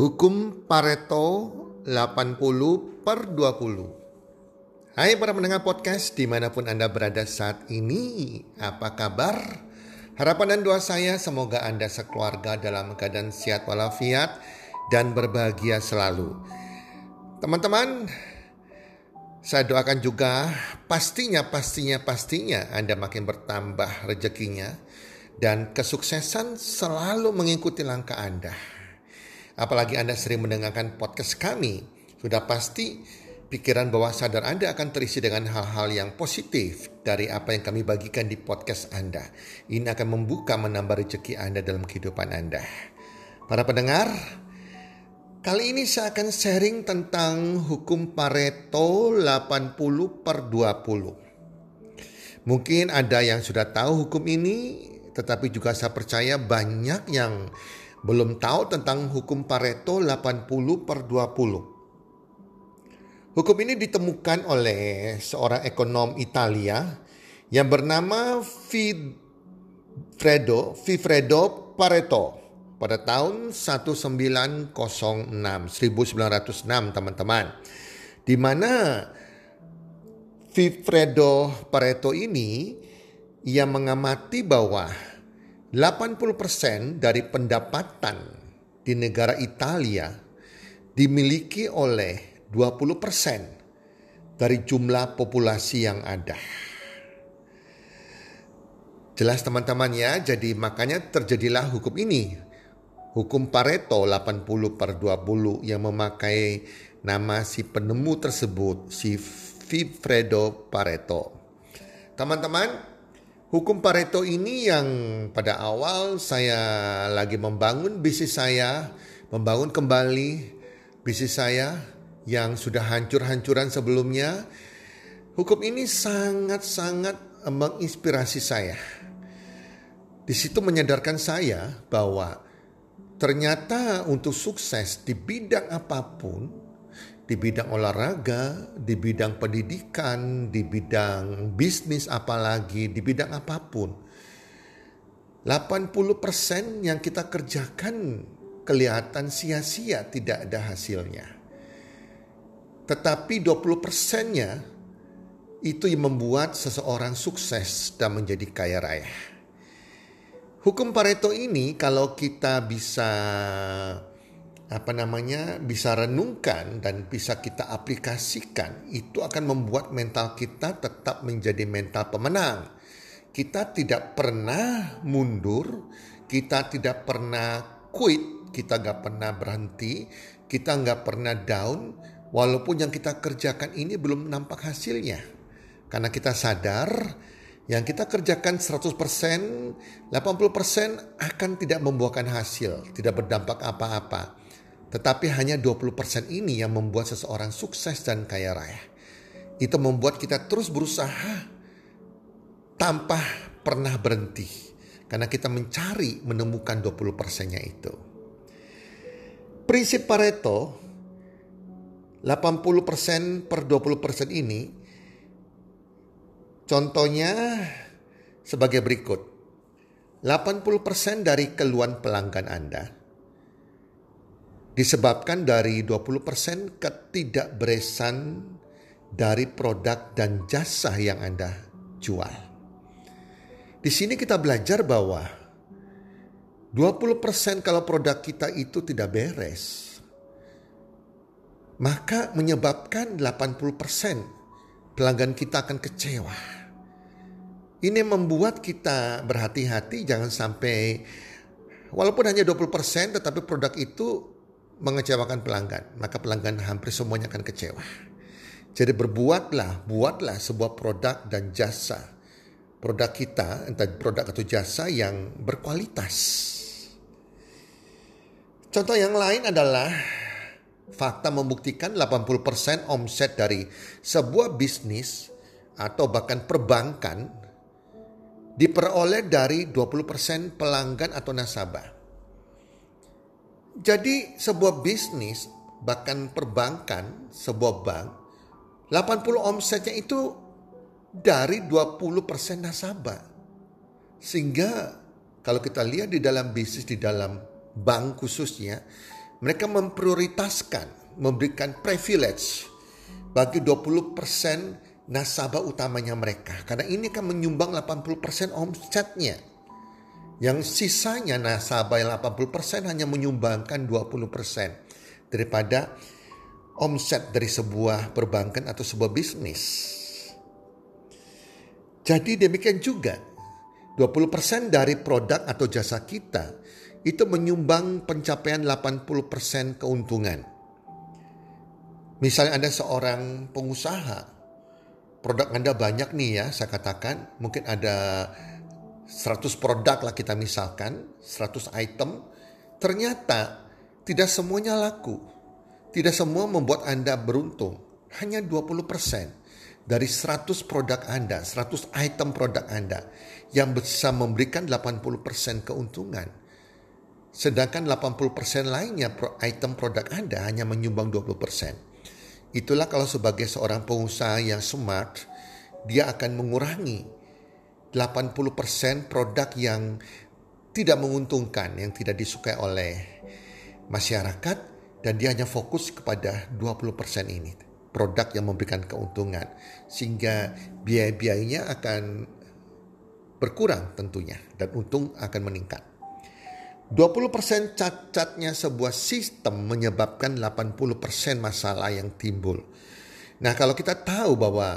Hukum Pareto 80/20. Hai para pendengar podcast dimanapun Anda berada saat ini, apa kabar? Harapan dan doa saya semoga Anda sekeluarga dalam keadaan sehat walafiat dan berbahagia selalu. Teman-teman, saya doakan juga pastinya Anda makin bertambah rezekinya dan kesuksesan selalu mengikuti langkah Anda. Apalagi Anda sering mendengarkan podcast kami, sudah pasti pikiran bawah sadar Anda akan terisi dengan hal-hal yang positif dari apa yang kami bagikan di podcast Anda. Ini akan membuka menambah rezeki Anda dalam kehidupan Anda. Para pendengar, kali ini saya akan sharing tentang hukum Pareto 80/20. Mungkin ada yang sudah tahu hukum ini, tetapi juga saya percaya banyak yang belum tahu tentang hukum Pareto 80/20. Hukum ini ditemukan oleh seorang ekonom Italia yang bernama Vilfredo Pareto pada tahun 1906 teman-teman. Di mana Vilfredo Pareto ini ia mengamati bahwa 80% dari pendapatan di negara Italia dimiliki oleh 20% dari jumlah populasi yang ada. Jelas teman-teman ya, jadi makanya terjadilah hukum ini. Hukum Pareto 80/20 yang memakai nama si penemu tersebut, si Vilfredo Pareto. Teman-teman, hukum Pareto ini yang pada awal saya lagi membangun bisnis saya, membangun kembali bisnis saya yang sudah hancur-hancuran sebelumnya. Hukum ini sangat-sangat menginspirasi saya. Di situ menyadarkan saya bahwa ternyata untuk sukses di bidang apapun, di bidang olahraga, di bidang pendidikan, di bidang bisnis apalagi, di bidang apapun, 80% yang kita kerjakan kelihatan sia-sia, tidak ada hasilnya. Tetapi 20%-nya itu yang membuat seseorang sukses dan menjadi kaya raya. Hukum Pareto ini kalau kita bisa bisa renungkan dan bisa kita aplikasikan, itu akan membuat mental kita tetap menjadi mental pemenang. Kita tidak pernah mundur, kita tidak pernah quit, kita gak pernah berhenti, kita gak pernah down, walaupun yang kita kerjakan ini belum nampak hasilnya. Karena kita sadar yang kita kerjakan 100%, 80% akan tidak membuahkan hasil, tidak berdampak apa-apa. Tetapi hanya 20% ini yang membuat seseorang sukses dan kaya raya. Itu membuat kita terus berusaha tanpa pernah berhenti. Karena kita menemukan 20%-nya itu. Prinsip Pareto 80%/20% ini contohnya sebagai berikut. 80% dari keluhan pelanggan Anda disebabkan dari 20% ketidakberesan dari produk dan jasa yang Anda jual. Di sini kita belajar bahwa 20% kalau produk kita itu tidak beres, maka menyebabkan 80% pelanggan kita akan kecewa. Ini membuat kita berhati-hati jangan sampai walaupun hanya 20% tetapi produk itu mengecewakan pelanggan, maka pelanggan hampir semuanya akan kecewa. Jadi buatlah sebuah produk dan jasa. Produk kita, entah produk atau jasa yang berkualitas. Contoh yang lain adalah fakta membuktikan 80% omset dari sebuah bisnis atau bahkan perbankan diperoleh dari 20% pelanggan atau nasabah. Jadi sebuah bisnis, bahkan perbankan, sebuah bank, 80 omsetnya itu dari 20% nasabah. Sehingga kalau kita lihat di dalam bisnis, di dalam bank khususnya, mereka memprioritaskan, memberikan privilege bagi 20% nasabah utamanya mereka. Karena ini kan menyumbang 80% omsetnya. Yang sisanya nasabah yang 80% hanya menyumbangkan 20% daripada omset dari sebuah perbankan atau sebuah bisnis. Jadi demikian juga 20% dari produk atau jasa kita itu menyumbang pencapaian 80% keuntungan. Misalnya Anda seorang pengusaha, produk Anda banyak nih ya, saya katakan mungkin ada 100 produk lah kita misalkan, 100 item, ternyata tidak semuanya laku. Tidak semua membuat Anda beruntung. Hanya 20% dari 100 produk Anda, 100 item produk Anda yang bisa memberikan 80% keuntungan. Sedangkan 80% lainnya item produk Anda hanya menyumbang 20%. Itulah kalau sebagai seorang pengusaha yang smart, dia akan mengurangi 80% produk yang tidak menguntungkan, yang tidak disukai oleh masyarakat, dan dia hanya fokus kepada 20% ini, produk yang memberikan keuntungan, sehingga biaya-biayanya akan berkurang tentunya dan untung akan meningkat. 20% cacatnya sebuah sistem menyebabkan 80% masalah yang timbul. Nah, kalau kita tahu bahwa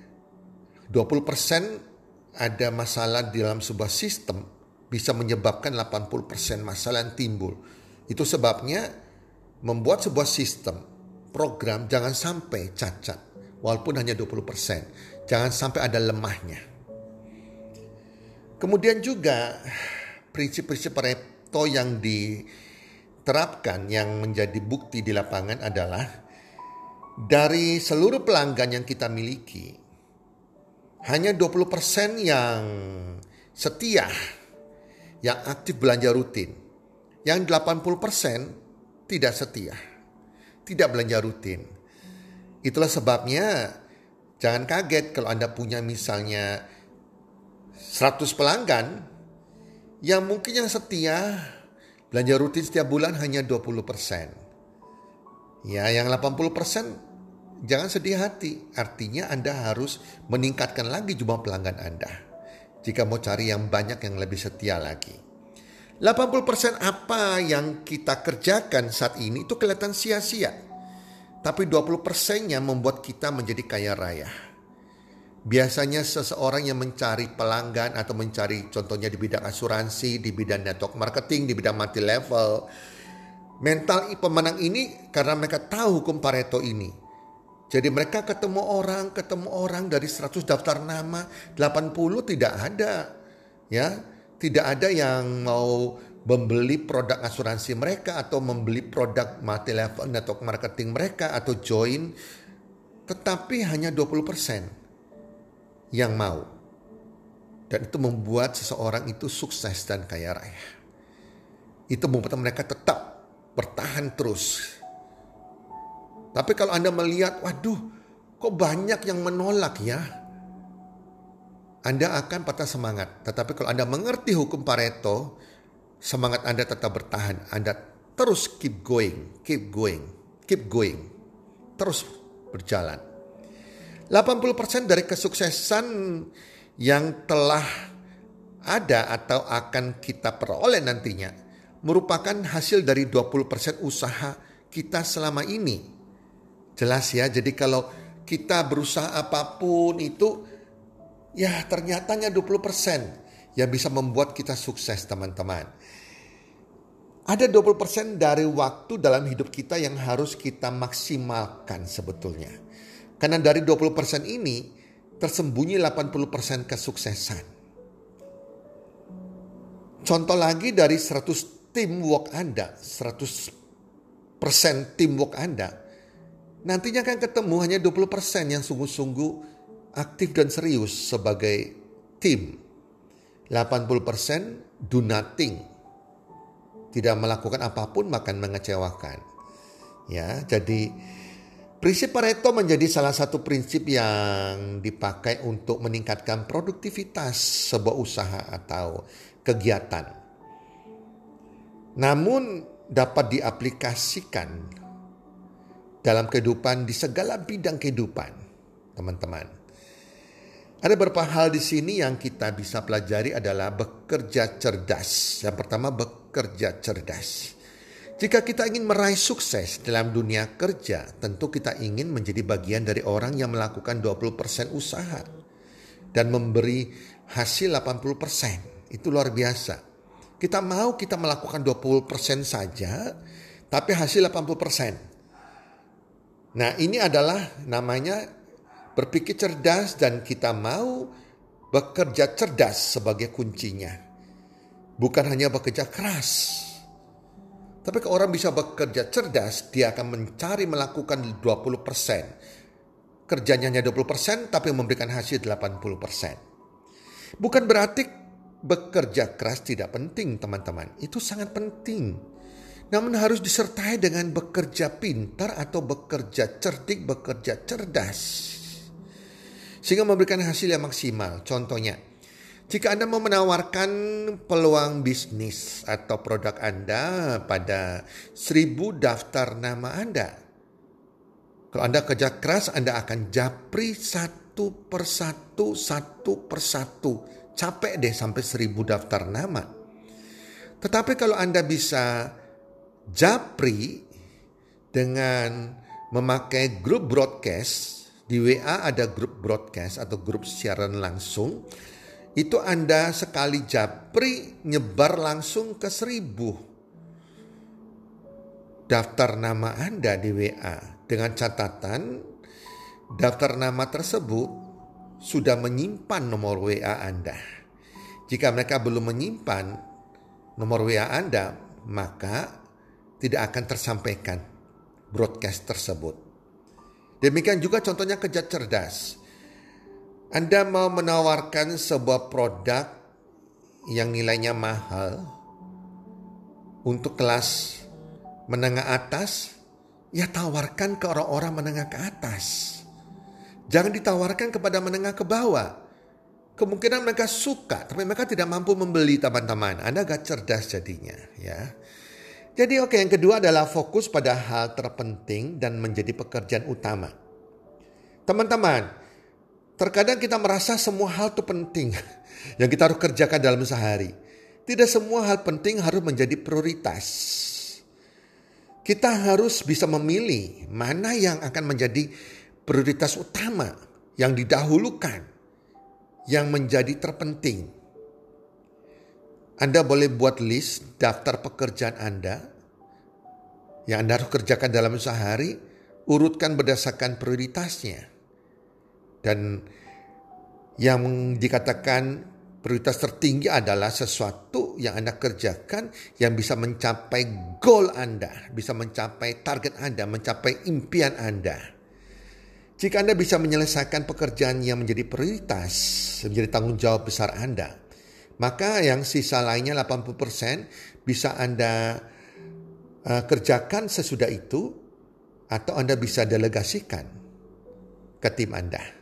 20% ada masalah di dalam sebuah sistem bisa menyebabkan 80% masalah yang timbul. Itu sebabnya membuat sebuah sistem, program jangan sampai cacat walaupun hanya 20%. Jangan sampai ada lemahnya. Kemudian juga prinsip-prinsip Pareto yang diterapkan yang menjadi bukti di lapangan adalah dari seluruh pelanggan yang kita miliki, hanya 20% yang setia, yang aktif belanja rutin. Yang 80% tidak setia, tidak belanja rutin. Itulah sebabnya jangan kaget kalau Anda punya misalnya 100 pelanggan, yang mungkin yang setia belanja rutin setiap bulan hanya 20%. Ya, yang 80% jangan sedih hati, artinya Anda harus meningkatkan lagi jumlah pelanggan Anda. Jika mau cari yang banyak yang lebih setia lagi. 80% apa yang kita kerjakan saat ini itu kelihatan sia-sia. Tapi 20%-nya membuat kita menjadi kaya raya. Biasanya seseorang yang mencari pelanggan atau mencari contohnya di bidang asuransi, di bidang network marketing, di bidang multi level. Mental pemenang ini karena mereka tahu hukum Pareto ini. Jadi mereka ketemu orang dari 100 daftar nama, 80 tidak ada. Ya, tidak ada yang mau membeli produk asuransi mereka atau membeli produk multi level network marketing mereka atau join. Tetapi hanya 20% yang mau. Dan itu membuat seseorang itu sukses dan kaya raya. Itu membuat mereka tetap bertahan terus. Tapi kalau Anda melihat, waduh, kok banyak yang menolak ya? Anda akan patah semangat. Tetapi kalau Anda mengerti hukum Pareto, semangat Anda tetap bertahan. Anda terus keep going. Terus berjalan. 80% dari kesuksesan yang telah ada atau akan kita peroleh nantinya merupakan hasil dari 20% usaha kita selama ini. Jelas ya, jadi kalau kita berusaha apapun itu, ya ternyata hanya 20% yang bisa membuat kita sukses teman-teman. Ada 20% dari waktu dalam hidup kita yang harus kita maksimalkan sebetulnya. Karena dari 20% ini tersembunyi 80% kesuksesan. Contoh lagi dari 100 teamwork Anda, 100% teamwork Anda, nantinya akan ketemu hanya 20% yang sungguh-sungguh aktif dan serius sebagai tim. 80% do nothing. Tidak melakukan apapun bahkan mengecewakan. Ya, jadi prinsip Pareto menjadi salah satu prinsip yang dipakai untuk meningkatkan produktivitas sebuah usaha atau kegiatan. Namun dapat diaplikasikan dalam kehidupan di segala bidang kehidupan, teman-teman. Ada beberapa hal di sini yang kita bisa pelajari adalah bekerja cerdas. Yang pertama, bekerja cerdas. Jika kita ingin meraih sukses dalam dunia kerja, tentu kita ingin menjadi bagian dari orang yang melakukan 20% usaha dan memberi hasil 80%. Itu luar biasa. Kita melakukan 20% saja, tapi hasil 80%. Nah, ini adalah namanya berpikir cerdas, dan kita mau bekerja cerdas sebagai kuncinya. Bukan hanya bekerja keras. Tapi kalau orang bisa bekerja cerdas, dia akan mencari melakukan 20%. Kerjanya hanya 20%, tapi memberikan hasil 80%. Bukan berarti bekerja keras tidak penting, teman-teman. Itu sangat penting. Namun harus disertai dengan bekerja pintar atau bekerja cerdik, bekerja cerdas. Sehingga memberikan hasil yang maksimal. Contohnya, jika Anda mau menawarkan peluang bisnis atau produk Anda pada 1000 daftar nama Anda. Kalau Anda kerja keras, Anda akan japri satu persatu. Capek deh sampai 1000 daftar nama. Tetapi kalau Anda bisa japri dengan memakai grup broadcast, di WA ada grup broadcast atau grup siaran langsung, itu Anda sekali japri nyebar langsung ke 1000 daftar nama Anda di WA. Dengan catatan daftar nama tersebut sudah menyimpan nomor WA Anda. Jika mereka belum menyimpan nomor WA Anda, maka tidak akan tersampaikan broadcast tersebut. Demikian juga contohnya kerja cerdas. Anda mau menawarkan sebuah produk yang nilainya mahal untuk kelas menengah atas, ya tawarkan ke orang-orang menengah ke atas. Jangan ditawarkan kepada menengah ke bawah. Kemungkinan mereka suka, tapi mereka tidak mampu membeli, teman-teman. Anda agak cerdas jadinya, ya. Jadi yang kedua adalah fokus pada hal terpenting dan menjadi pekerjaan utama. Teman-teman, terkadang kita merasa semua hal itu penting yang kita harus kerjakan dalam sehari. Tidak semua hal penting harus menjadi prioritas. Kita harus bisa memilih mana yang akan menjadi prioritas utama, yang didahulukan, yang menjadi terpenting. Anda boleh buat list daftar pekerjaan Anda yang Anda harus kerjakan dalam sehari, urutkan berdasarkan prioritasnya. Dan yang dikatakan prioritas tertinggi adalah sesuatu yang Anda kerjakan yang bisa mencapai goal Anda, bisa mencapai target Anda, mencapai impian Anda. Jika Anda bisa menyelesaikan pekerjaan yang menjadi prioritas, menjadi tanggung jawab besar Anda, maka yang sisa lainnya 80% bisa Anda kerjakan sesudah itu, atau Anda bisa delegasikan ke tim Anda.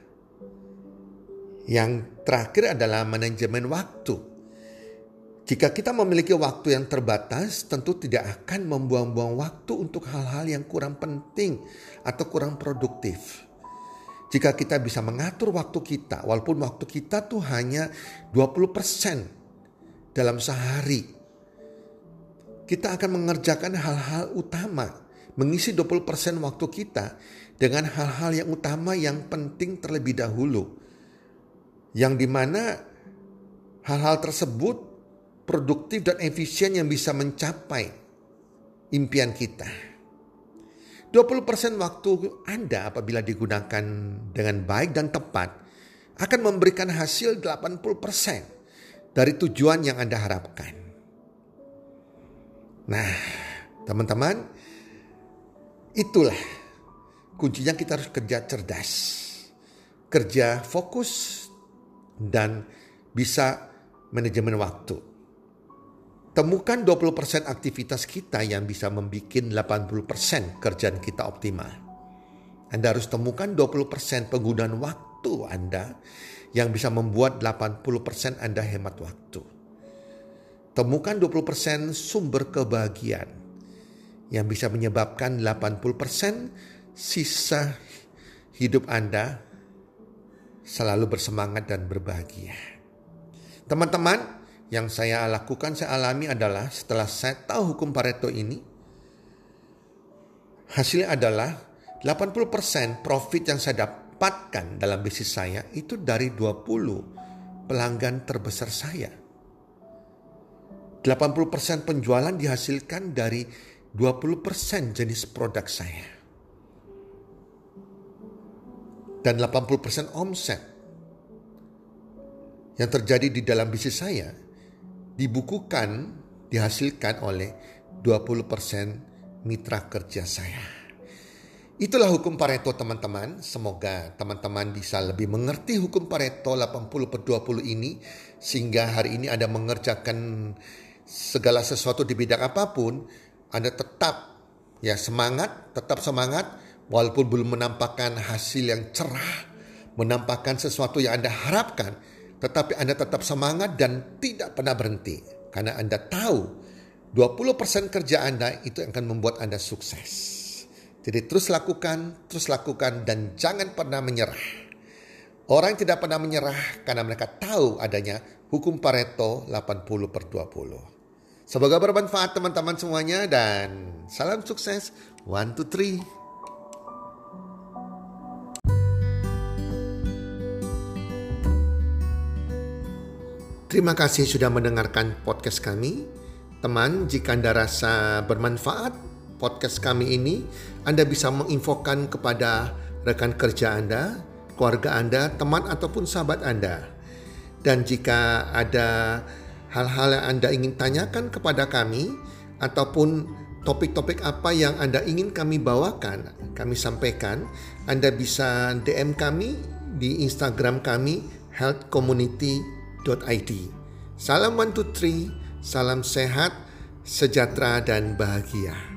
Yang terakhir adalah manajemen waktu. Jika kita memiliki waktu yang terbatas, tentu tidak akan membuang-buang waktu untuk hal-hal yang kurang penting atau kurang produktif. Jika kita bisa mengatur waktu kita, walaupun waktu kita tuh hanya 20% dalam sehari, kita akan mengerjakan hal-hal utama, mengisi 20% waktu kita dengan hal-hal yang utama yang penting terlebih dahulu. Yang dimana hal-hal tersebut produktif dan efisien yang bisa mencapai impian kita. 20% waktu Anda apabila digunakan dengan baik dan tepat akan memberikan hasil 80% dari tujuan yang Anda harapkan. Nah, teman-teman, itulah kuncinya. Kita harus kerja cerdas, kerja fokus, dan bisa manajemen waktu. Temukan 20% aktivitas kita yang bisa membuat 80% kerjaan kita optimal. Anda harus temukan 20% penggunaan waktu Anda yang bisa membuat 80% Anda hemat waktu. Temukan 20% sumber kebahagiaan yang bisa menyebabkan 80% sisa hidup Anda selalu bersemangat dan berbahagia. Teman-teman, yang saya lakukan, saya alami adalah setelah saya tahu hukum Pareto ini, hasilnya adalah 80% profit yang saya dapatkan dalam bisnis saya itu dari 20 pelanggan terbesar saya. 80% penjualan dihasilkan dari 20% jenis produk saya. Dan 80% omset yang terjadi di dalam bisnis saya dibukukan, dihasilkan oleh 20% mitra kerja saya. Itulah hukum Pareto, teman-teman. Semoga teman-teman bisa lebih mengerti hukum Pareto 80/20 ini, sehingga hari ini Anda mengerjakan segala sesuatu di bidang apapun, Anda tetap semangat walaupun belum menampakkan hasil yang cerah, menampakkan sesuatu yang Anda harapkan, tetapi Anda tetap semangat dan tidak pernah berhenti. Karena Anda tahu 20% kerja Anda itu akan membuat Anda sukses. Jadi terus lakukan dan jangan pernah menyerah. Orang yang tidak pernah menyerah karena mereka tahu adanya hukum Pareto 80/20. Semoga bermanfaat teman-teman semuanya dan salam sukses. 1, 2, 3. Terima kasih sudah mendengarkan podcast kami. Teman, jika Anda rasa bermanfaat podcast kami ini, Anda bisa menginfokan kepada rekan kerja Anda, keluarga Anda, teman ataupun sahabat Anda. Dan jika ada hal-hal yang Anda ingin tanyakan kepada kami, ataupun topik-topik apa yang Anda ingin kami bawakan, kami sampaikan, Anda bisa DM kami di Instagram kami, healthcommunity.id. Salam 1, 2, 3, salam sehat, sejahtera dan bahagia.